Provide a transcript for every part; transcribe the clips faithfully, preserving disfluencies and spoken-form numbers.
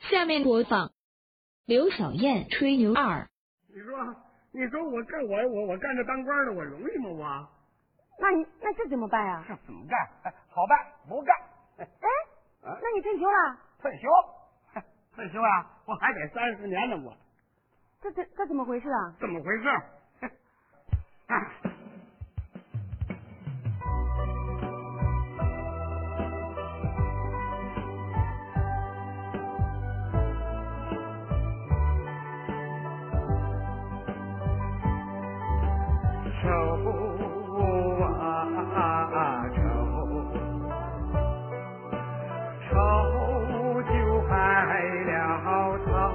下面播放刘小燕吹牛二。 你说，你说我干我我我干这当官的，我容易吗？我， 那你那这怎么办呀？ 这怎么干？哎，好办，不干。 哎，啊、那你退休了？ 退休？退休啊？我还得三十年呢，我。 这这这怎么回事啊？ 怎么回事？啊愁啊愁，愁就害了草。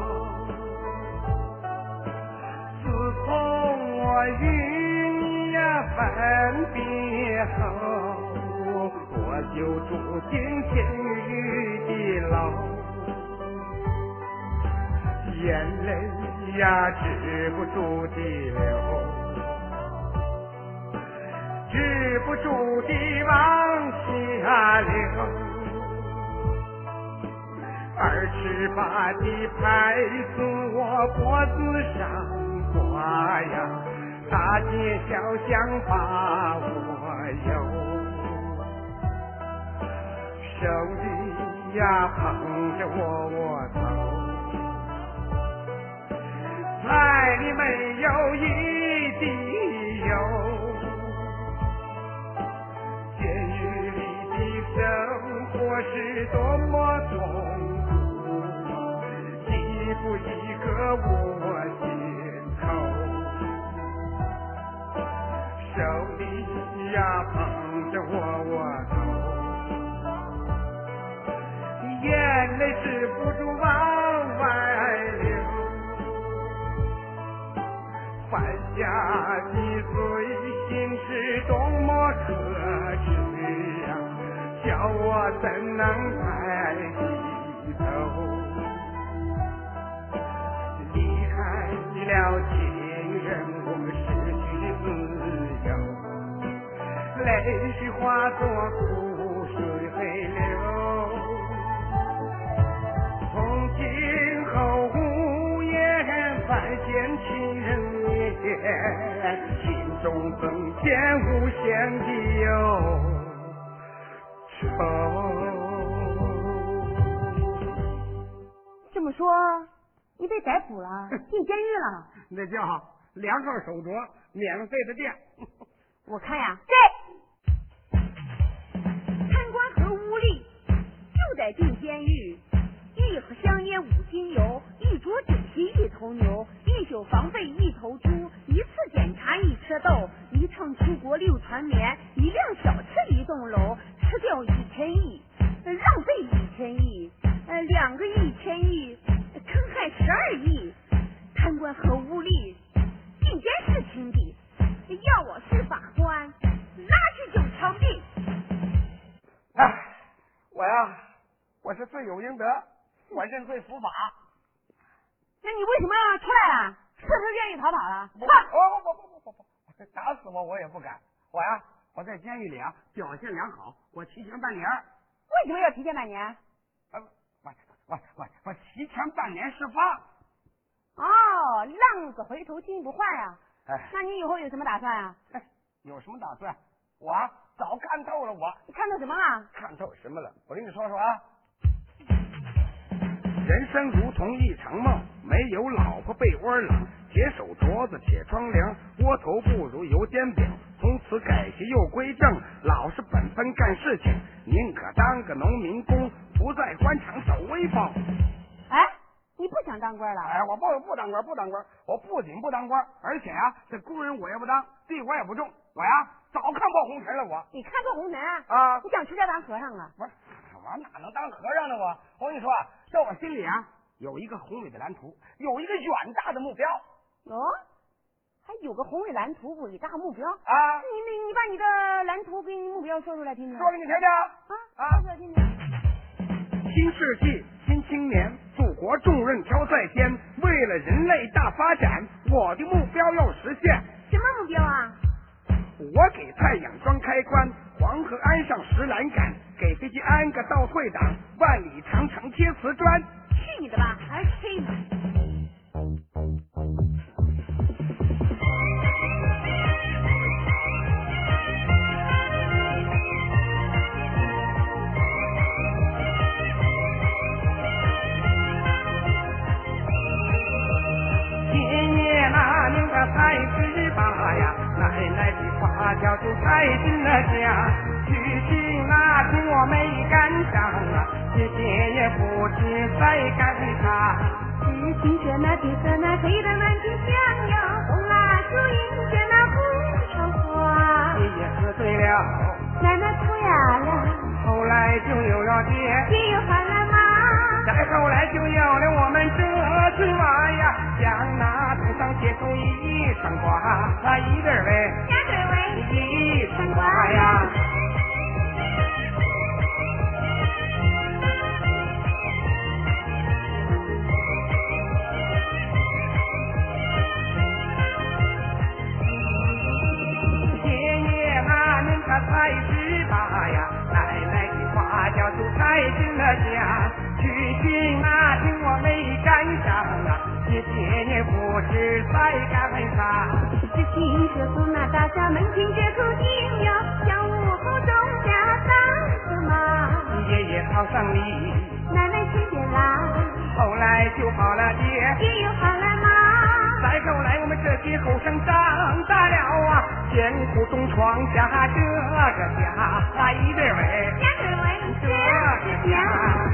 自从我与你分别后，我就住进监狱的牢，眼泪呀止不住的流，止不住地往下流，二尺八的牌从我脖子上挂呀，大街小巷把我游，手里呀捧着我我走，菜里没有一滴油，监狱里的生活是多么痛苦，一步一个我心头，手里呀捧着我我头，眼泪止不住往外流，犯下的罪行是多么可耻啊，叫我怎能抬起头？离开了情人，我失去自由，泪水化作苦水流，从今后无言再见情人面，心中增添无限的忧愁。 这么说，你被逮捕了，进监狱了？ 那叫两号手镯，免费的店。 我看呀，这贪官和污吏就得进监狱。一盒香烟五斤油，一桌酒席一头牛，一宿房费一头猪，一次检查一车豆，一趟出国六船棉，一辆小车一栋楼，吃掉一千亿，浪费一千亿，呃，两个一千亿，坑害十二亿。贪官和污吏进监是轻的，要我是法官，拉去就枪毙。 哎，我呀，我是罪有应得，我认罪伏法。 那你为什么要出来啊？是不是愿意逃跑了？ 不，不不不不不不，打死我我也不敢。我呀，我在监狱里啊表现良好，我提前半年。 为什么要提前半年？ 呃，我我我我提前半年释放。 哦，浪子回头金不换呀、啊。哎，那你以后有什么打算啊？ 哎，有什么打算？我啊早看透了我。 你看透什么啊？ 看透什么了？我跟你说说啊。人生如同一场梦，没有老婆被窝冷，铁手镯子铁窗帘，窝头不如油煎饼。从此改邪又归正，老实本分干事情，宁可当个农民工，不在官场走威风。 哎，你不想当官了？ 哎，我不不当官，不当官，我不仅不当官，而且啊，这工人我也不当，地我也不种，我呀早看破红尘了。我你看破红尘啊？ 啊， 你想出家当和尚啊？ 不是，我哪能当和尚呢？我我跟你说啊，在我心里啊有一个宏伟的蓝图，有一个远大的目标。 哦，还有个宏伟蓝图，伟大目标啊！ 你你你把你的蓝图跟目标说出来听听。 说给你听听啊啊！说出来听听。 新世纪新青年，祖国重任挑在肩，为了人类大发展，我的目标要实现。 什么目标啊？ 我给太阳装开关，黄河安上石栏杆，给飞机安个倒退档，万里长城贴瓷砖。 去你的吧！ 十八呀，奶奶的花轿就开进了家。去行那天我没赶上啊，姐姐也不知在干啥。 去行这那地色那飞得满天香哟，红蜡烛迎接那红绸花。 爷爷喝醉了， 奶奶哭哑了， 后来就有了爹， 爹又喊了妈。 再后来就有了我们这只娃呀，将那头上结出一串瓜，他一对喂， 两对喂， 一串瓜呀。爷爷那年他才十八呀，奶奶的花轿就开进了家。去行那天我没赶上啊，姐姐也不知在干啥。 只听说从那大厦门前这口井哟，向午后种下当什么？ 爷爷跑上里， 奶奶听见啦， 后来就跑了爹， 爹又喊了妈。 再后来我们这些后生长大了啊，艰苦中闯下这个家，一对喂， 两对喂， 这个家。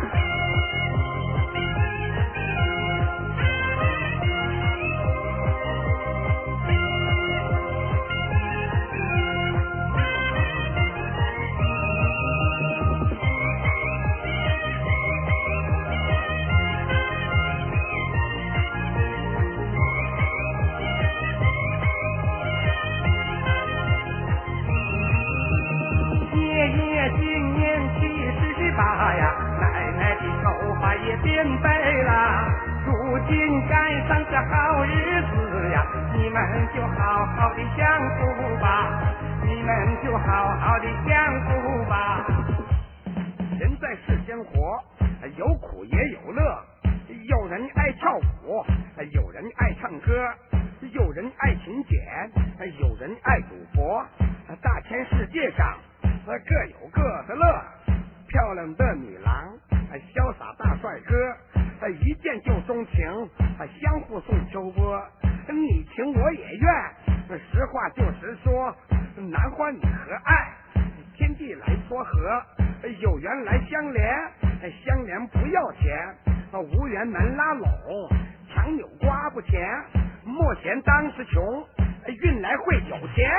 今年七十八呀，奶奶的头发也变白了。如今赶上这好日子呀，你们就好好的享福吧，你们就好好的享福吧。人在世间活，有苦也有乐，有人爱跳舞，有人爱唱歌，有人爱勤俭，有人爱赌博。大千世界上各有各的乐，漂亮的女郎，潇洒大帅哥，一见就钟情，相互送秋波，你情我也愿，实话就实说，男欢女和爱，天地来撮合，有缘来相连，相连不要钱，无缘难拉拢，强扭瓜不甜，莫嫌当时穷，运来会有钱。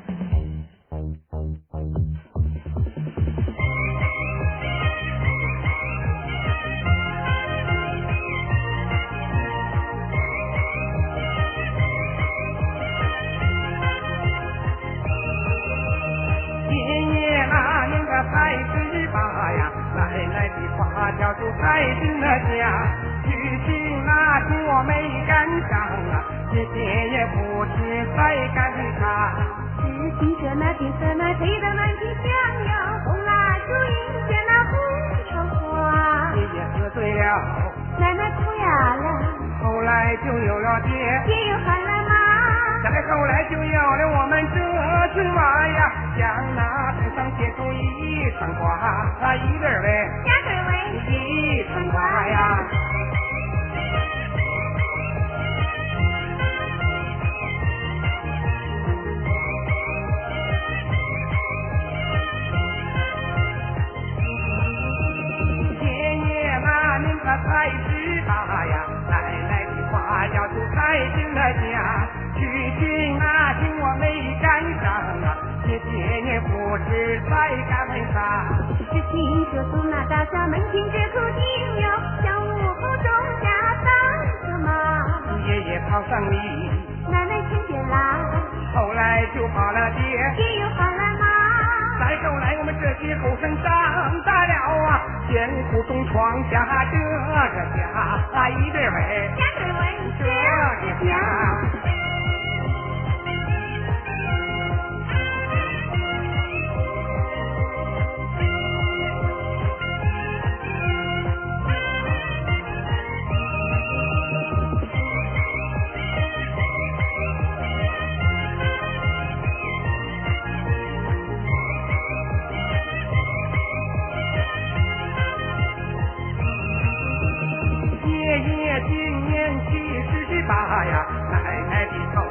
才十八呀，奶奶的花轿就开进了家。去行那天我没赶上啊，姐姐也不知在干啥。 只听这那天色那飞得满天香哟，红蜡烛迎接那红绸花。 爷爷喝醉了， 奶奶哭哑了， 后来就有了爹， 爹又喊了妈。 再后来就有了我们这只娃呀，将那头上结出一串瓜，他一对喂， 两对喂， 一串瓜呀。爷爷那年他才十八呀，奶奶的花轿就开进了家。去行那天我没赶上啊，姐姐也不知在干啥。 只听说从那大厦门前这口井哟，向午后种下当什么？ 爷爷跑上里， 奶奶听见啦， 后来就跑了爹， 爹又喊了妈。 再后来我们这些后生长大了啊，艰苦中闯下这个家，一对喂， 两对喂， 这个家。爷爷今年七十八呀，奶奶的头发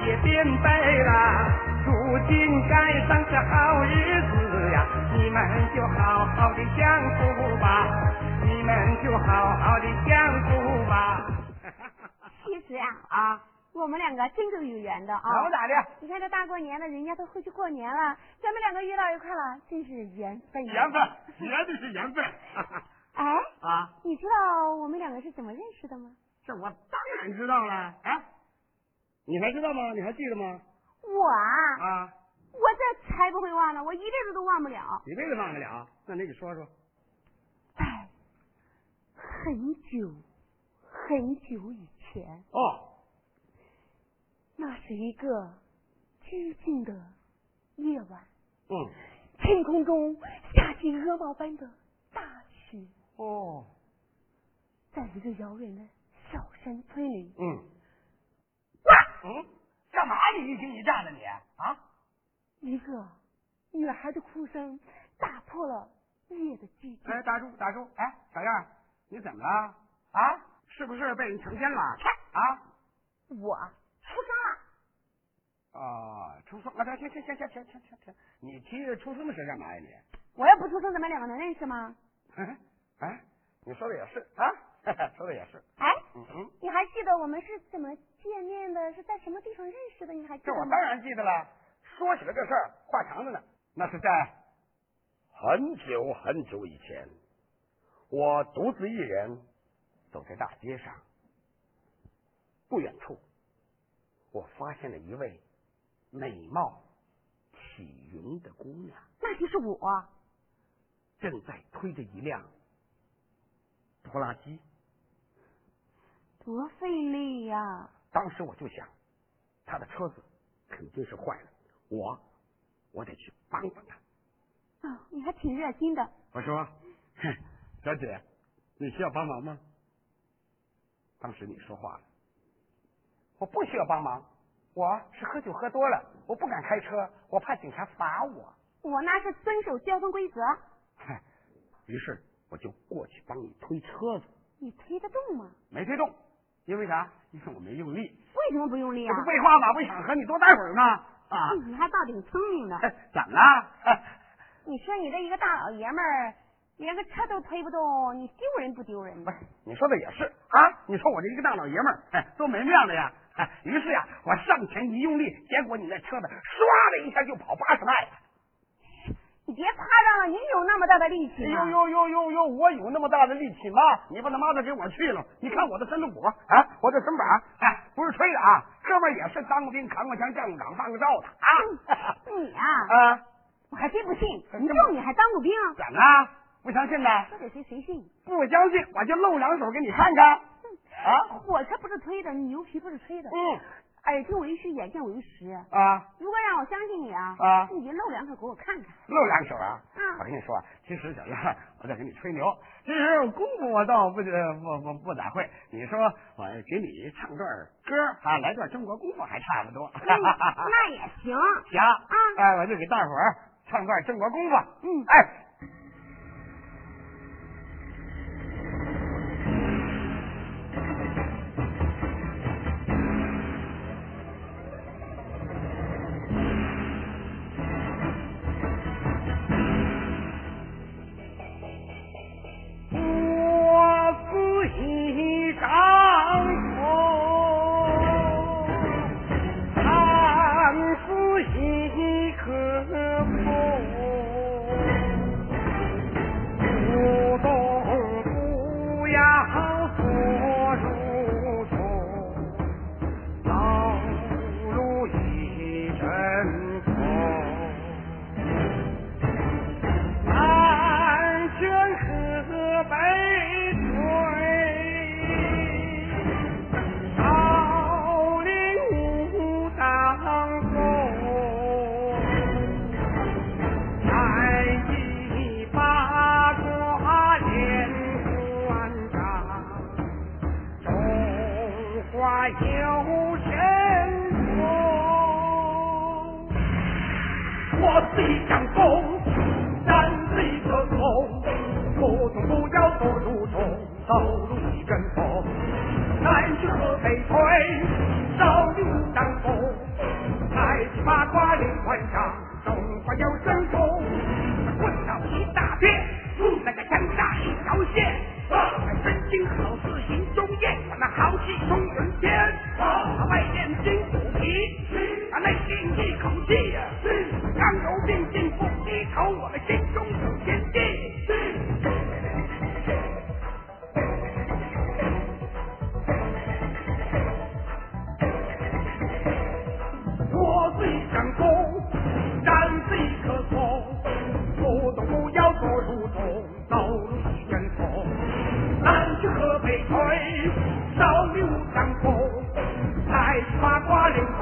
也变白了。如今赶上这好日子呀，你们就好好的享福吧，你们就好好的享福吧。 其实啊啊， 我们两个真够有缘的啊！ 怎么咋的？ 你看这大过年的，人家都回去过年了，咱们两个约到一块了，真是缘分。 缘分，绝对是缘分。 哎啊， 你知道我们两个是怎么认识的吗？ 这我当然知道了。啊，你还知道吗？你还记得吗？ 我啊， 啊， 我这才不会忘呢，我一辈子都忘不了。 一辈子忘不了？那你给说说。 哎，很久很久以前。 哦。 那是一个寂静的夜晚， 嗯， 天空中下起鹅毛般的大雪。 哦， 在一个遥远的小山村里， 嗯，哇，嗯，干嘛你一惊一乍的你啊？ 一个女孩的哭声打破了夜的寂静。 哎，打住打住！哎，小样，你怎么了？啊，是不是被人强奸了？啊， 我。出生了啊！出生啊！行行行行行行行行，你提出生的事干嘛呀你？ 我要不出生，咱们两个能认识吗？ 哎哎，你说的也是啊，说的也是。 哎， 嗯嗯， 你还记得我们是怎么见面的？是在什么地方认识的？你还记得吗？ 这我当然记得了。说起来这事儿话长着呢，那是在很久很久以前，我独自一人走在大街上，不远处。我发现了一位美貌起云的姑娘， 那就是我， 正在推着一辆拖拉机， 多费力呀！ 当时我就想，她的车子肯定是坏了，我我得去帮帮她。 啊、哦，你还挺热心的。 我说，小姐，你需要帮忙吗？当时你说话了。我不需要帮忙，我是喝酒喝多了，我不敢开车，我怕警察罚我。 我那是遵守交通规则。 嗨，于是我就过去帮你推车子。 你推得动吗？ 没推动，因为啥？因为我没用力。 为什么不用力啊？ 这不废话吗？我想和你多待会儿呢。啊， 你还倒挺聪明的。 怎么了？ 你说你这一个大老爷们儿，连个车都推不动，你丢人不丢人？ 不是，你说的也是啊。你说我这一个大老爷们儿，哎，多没面子呀。哎，于是呀，我上前一用力，结果你那车子唰的一下就跑八十迈了。 你别夸张了，你有那么大的力气吗？ 呦呦呦呦呦，我有那么大的力气吗？你把他妈的给我去了！你看我的身子骨啊，我这身板，哎，不是吹的啊，哥们也是当过兵、扛过枪、站过岗、放过哨的啊。 你啊， 啊， 我还真不信，你就你还当过兵？ 怎么了？不相信呢？ 说给谁谁信？ 不相信我就露两手给你看看。啊， 火车不是推的，你牛皮不是吹的。 嗯， 耳听为虚，眼见为实啊。 如果让我相信你啊， 啊， 你就露两手给我看看。 露两手啊？ 啊， 我跟你说，其实小样，我在给你吹牛，其实功夫我倒不不不不咋会。你说我给你唱段歌啊，来段中国功夫还差不多。 嗯、那也行。 行啊，哎，我就给大伙儿唱段中国功夫。 嗯， 哎。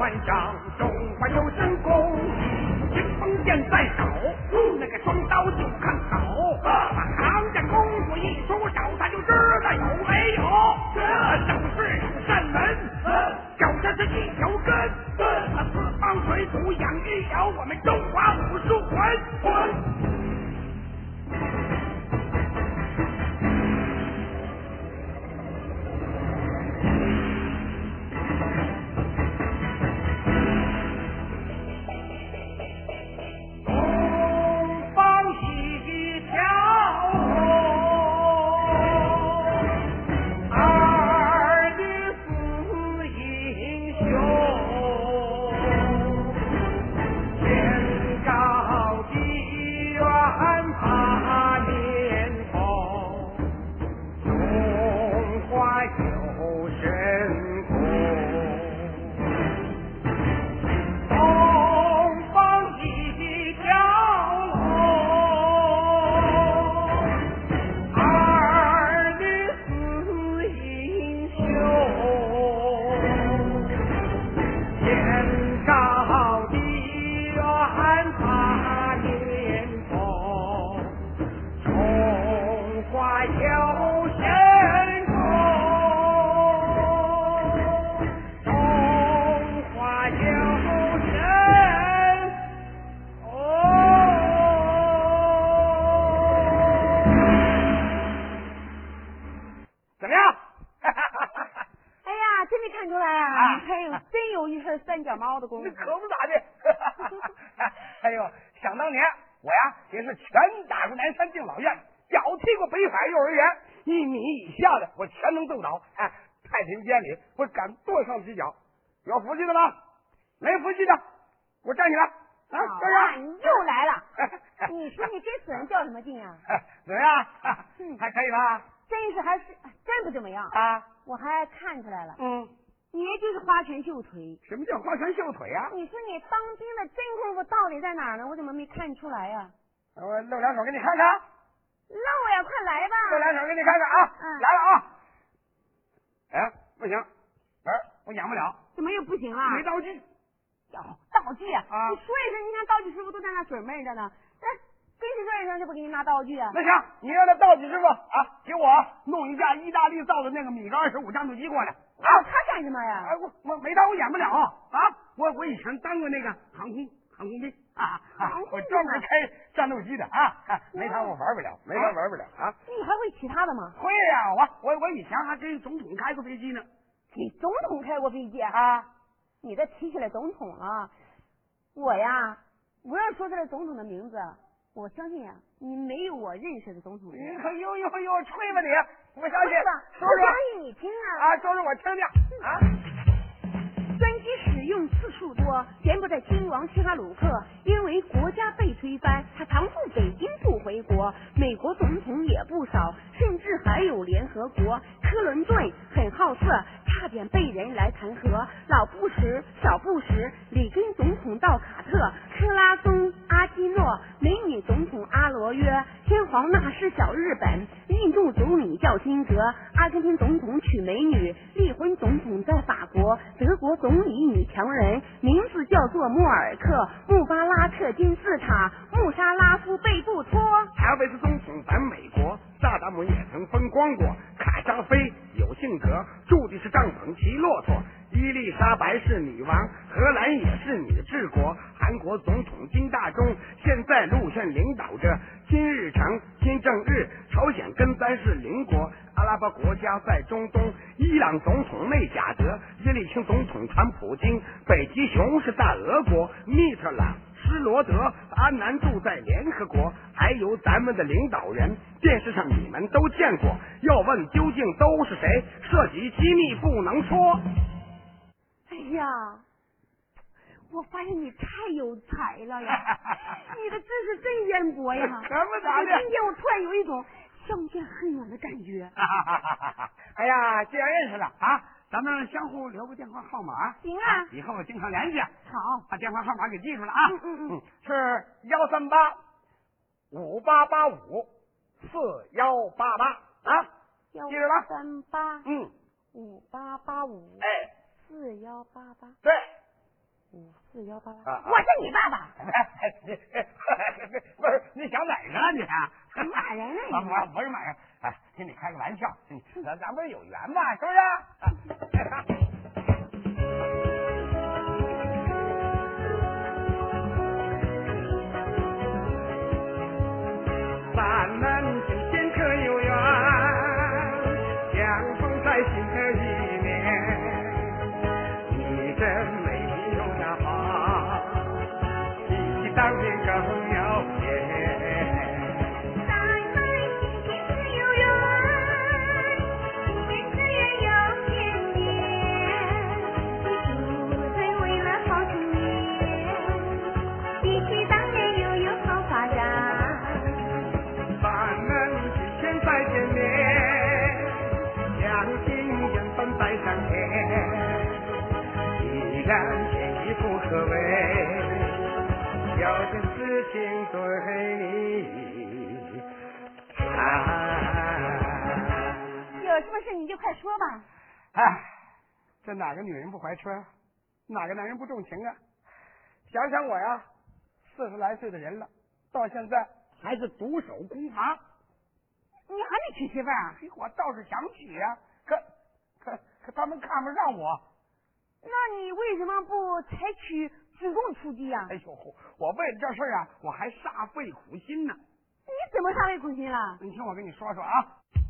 换上，中华有神功，清风剑在手，那个双刀就看好。把唐家公主一出手，他就知道有没有。手是有扇门，脚下是一条根，四方水土养育有我们中华武术魂。 三脚猫的功夫， 可不咋的。哎呦，想当年我呀也是全打入南山敬老院，脚踢过北海幼儿园，一米以下的我全能斗倒。哎，太平间里我敢跺上几脚。有服气的吗？没服气的，我站起来。啊，这样你又来了。你说你这死人较什么劲啊？ 怎么样？嗯，还可以吧？ 真是还是真不怎么样啊！ 我还看出来了。 嗯。 你就是花拳绣腿。 什么叫花拳绣腿啊？ 你说你当兵的真功夫到底在哪儿呢？我怎么没看出来呀、 啊？我露两手给你看看。 露呀，快来吧！ 露两手给你看看啊！ 嗯、 来了啊！哎，不行，不是我演不了。 怎么又不行了？ 没道具。 有道具啊！ 啊你说一声，你看道具师傅都在那准备着呢。那跟谁说一声就不给你拿道具啊？ 那行，你让那道具师傅啊，给我弄一架意大利造的那个米格二十五战斗机过来。 啊，他干什么呀？ 哎，我我没当我演不了啊！我我以前当过那个航空航空兵啊啊！我专门开战斗机的啊！没当我玩不了，没当玩不了啊！ 你还会其他的吗？ 会呀、啊，我我我以前还跟总统开过飞机呢。 你总统开过飞机啊？ 你这提起来总统了，我呀，我要说出来总统的名字，我相信呀、啊，你没有我认识的总统人。 哎呦呦呦，吹吧你！我相信， 说说，我相信你听啊！ 啊，说说我听听啊。 专机使用次数多，全部在亲王切哈鲁克，因为国家被推翻，他常驻北京不回国。美国总统也不少，甚至还有联合国。克伦顿很好色，差点被人来弹劾。老布什、小布什、里根总统到卡特，克拉松、阿基诺、美女总统阿罗约，天皇那是小日本，印度总理叫金泽，阿根廷总统娶美女，离婚总统在法国，德国总理女强人，名字叫做莫尔克，穆巴拉克金字塔，穆沙拉夫贝布托。 查韦斯总统在美国，萨达姆也曾风光过，卡扎菲有性格，住的是帐篷骑骆驼。伊丽莎白是女王，荷兰也是女治国，韩国总统金大中现在路线领导着金日成、金正日，朝鲜跟咱是邻国，阿拉伯国家在中东，伊朗总统内贾德，耶利钦总统传普京，北极熊是大俄国，密特朗、施罗德、安南住在联合国，还有咱们的领导人，电视上你们都见过，要问究竟都是谁，涉及机密不能说。 哎呀，我发现你太有才了呀！你的知识真渊博呀！ 可不咋的。 今天我突然有一种相见恨晚的感觉。 哎呀，既然认识了啊，咱们相互留个电话号码。 行啊， 以后经常联系。 好， 把电话号码给记住了啊。 嗯嗯嗯， 是幺三八五八八五四幺八八啊，记住了。 幺三八嗯， 五八八五哎。 四幺八八， 对， 五四幺八八， 我是你爸爸。 不是，你想哪个啊你？ 骂人呢？ 啊，不不是骂人，哎，跟你开个玩笑，咱咱不是有缘吗？是不是？咱们今天可有缘，相逢在心头一面。你真美丽又那好，比起当年更有钱。 咱们今天可有缘，今天只愿有见面。你住对为了好青年，比起当年又有好发展。 咱们今天再见面，相信缘分在上天。既然天意不可违，有件事情对你谈。 有什么事你就快说吧。 哎，这哪个女人不怀春，哪个男人不重情啊？想想我呀，四十来岁的人了，到现在还是独守空房。 你还没娶媳妇啊？ 我倒是想娶呀、啊，可可可他们看不上我。 那你为什么不采取主动出击啊？ 哎呦，我为了这事儿啊，我还煞费苦心呢。 你怎么煞费苦心了？ 你听我跟你说说啊。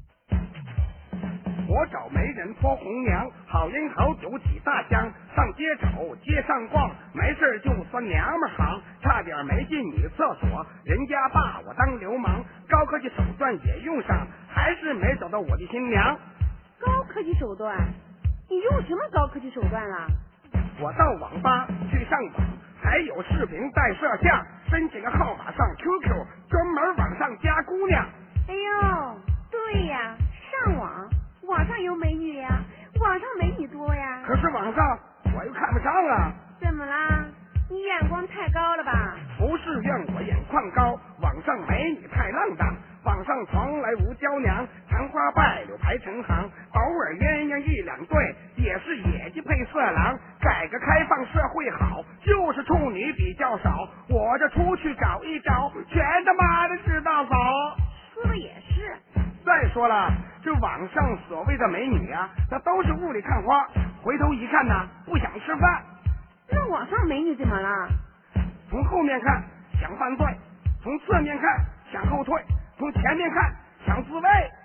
我找媒人托红娘，好烟好酒几大箱，上街走街上逛，没事就算娘们行，差点没进女厕所，人家把我当流氓，高科技手段也用上，还是没找到我的新娘。 高科技手段？你用什么高科技手段了？ 我到网吧去上网，还有视频带摄像，申请个号码上 Q Q， 专门网上加姑娘。 哎呦，对呀，上网，网上有美女呀，网上美女多呀。 可是网上我又看不上啊。 怎么啦？你眼光太高了吧？ 不是怨我眼眶高，网上美女太浪荡，网上从来无娇娘，残花败柳排成行，偶尔鸳鸯一两对，也是野鸡配色狼。改革开放社会好，就是处女比较少，我这出去找一找，全他妈的知道走。 说的也是。 再说了，这网上所谓的美女啊，那都是雾里看花，回头一看呢，不想吃饭。 那网上美女怎么了？ 从后面看想犯罪，从侧面看想后退，从前面看想自卫。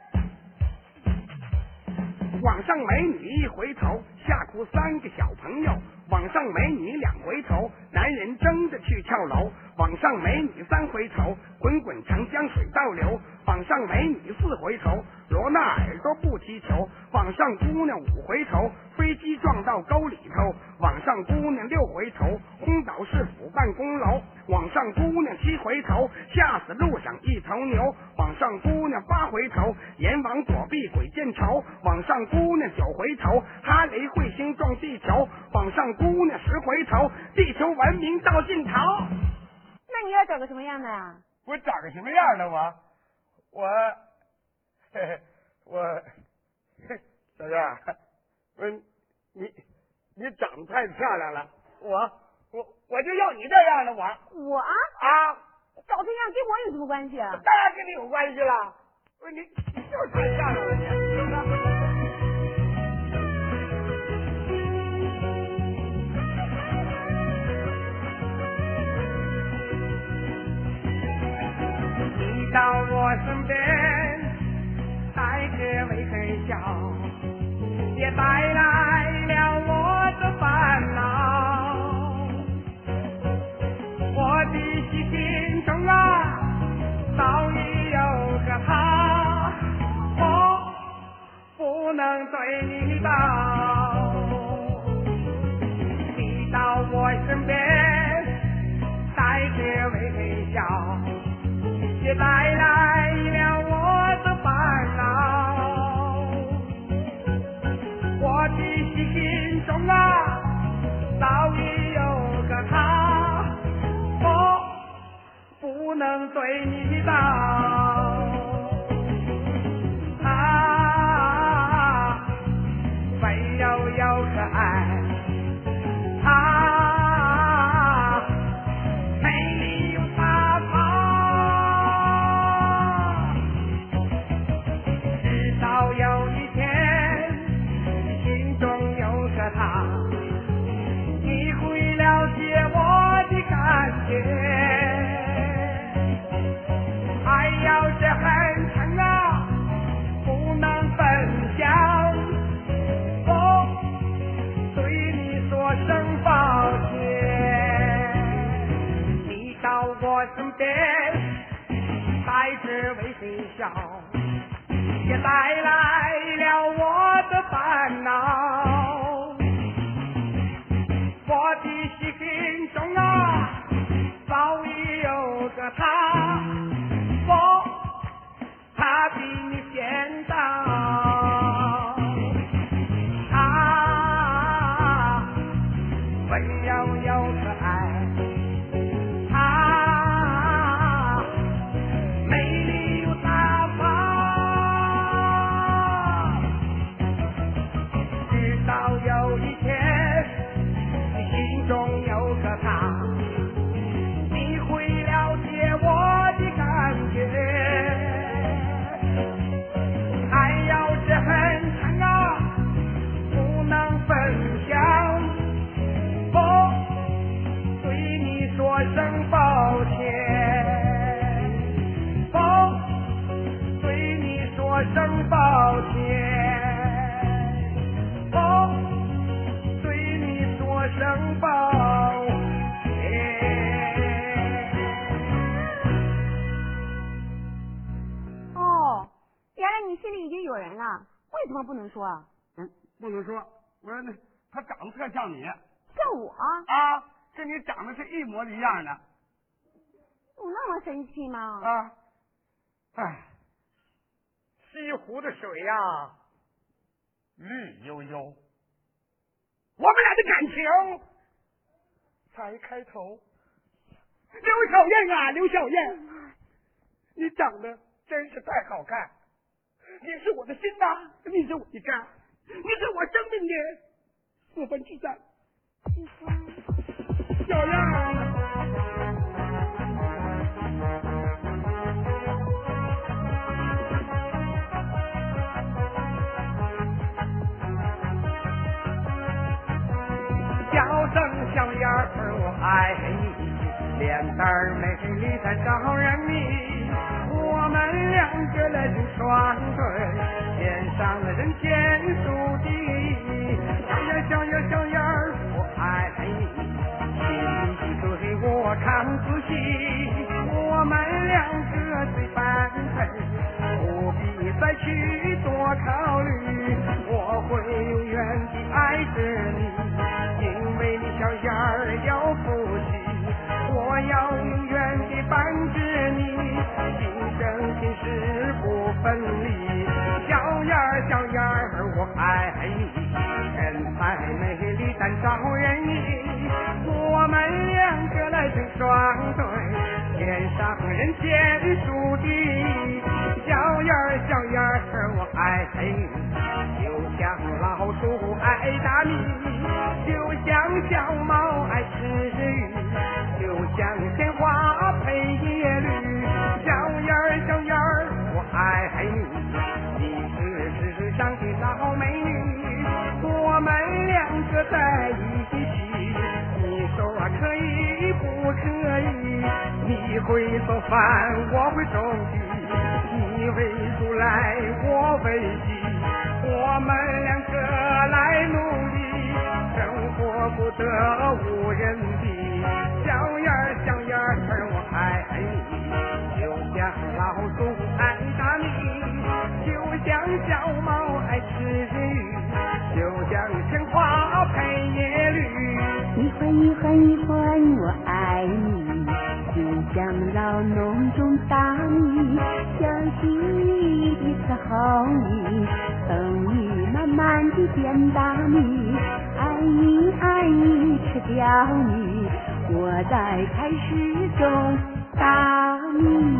网上美女一回头，吓哭三个小朋友。网上美女两回头，男人争着去跳楼。网上美女三回头，滚滚长江水倒流。网上美女四回头，罗纳尔多不踢球。网上姑娘五回头，飞机撞到沟里头。网上姑娘六回头，轰倒市府办公楼。网上姑娘七回头，吓死路上一头牛。网上姑娘八回头，阎王躲避鬼见愁。网上姑娘九回头，哈雷彗星撞地球。网上姑娘十回头，地球文明到尽头。 那你要找个什么样的呀？ 我找个什么样的我？我，嘿嘿我，嘿小燕，我你你长得太漂亮了，我我我就要你这样的我。 我啊啊， 找对象跟我有什么关系啊？ 当然跟你有关系了。不是你，你就是太漂亮了你。你到我身边，带着微微笑，也带来了我的烦恼。我的心中啊，早已有个他，我不能对你到。你到我身边，带着微微笑，也带来了我的烦恼。我的心中啊，早已有个他，我不能对你到。他肥又又可爱，他什么不能说啊？ 嗯，不能说。我说那他长得特像你， 像我啊，跟你长得是一模一样的。 有那么神奇吗？ 啊，哎，西湖的水呀、啊，绿油油。我们俩的感情才开头。刘小燕啊，刘小燕，你长得真是太好看，你是我的心呐，你是我的肝，你是我生命的四分之三。小燕儿。叫声小燕儿，我爱你，脸蛋儿美丽才招人迷。我们两个来成双对，天上人间数第一。小燕小燕小燕儿，我爱你，你对我看仔细。我们两个最般配，不必再去多考虑，我会永远的爱着你。因为你小燕儿有福气，我要永远地伴着你，今生今世不分离。小燕儿小燕儿我爱你，身材美丽但招人迷，我们两个来成双对，天上人间数第一。小燕儿小燕儿我爱你，就像老鼠爱大米，就像小猫爱吃鱼，就像鲜花配叶绿。小燕儿小燕儿我爱你，你是世上的老美女，我们两个在一起，你说可以不可以？你会做饭我会种地，你为猪来我为鸡，我们两个来努力，生活不得无人比。小燕儿小燕儿我爱你，就像老鼠爱大米，就像小猫爱吃鱼，就像鲜花配叶绿。 一环一环一环我爱你，就像老农种大米，相信你的伺候你，等你慢慢地变大米，爱你爱你吃掉你，我在开始种大米。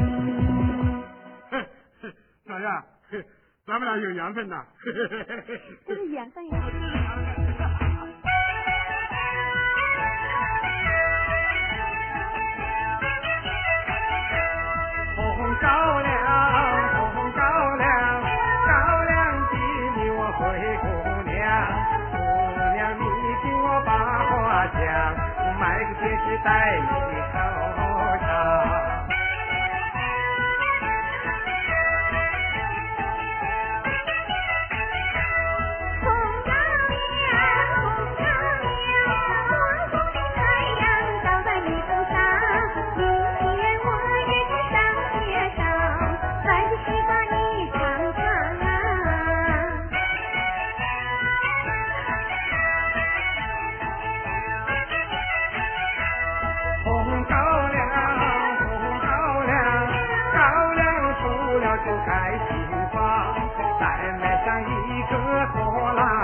小燕，咱们俩有缘分呐！ 这是缘分呀。 红高粱，红高粱，高粱地里我灰姑娘，姑娘你听我把话讲，买个戒指戴你头上。就该心房，再买上一个拖拉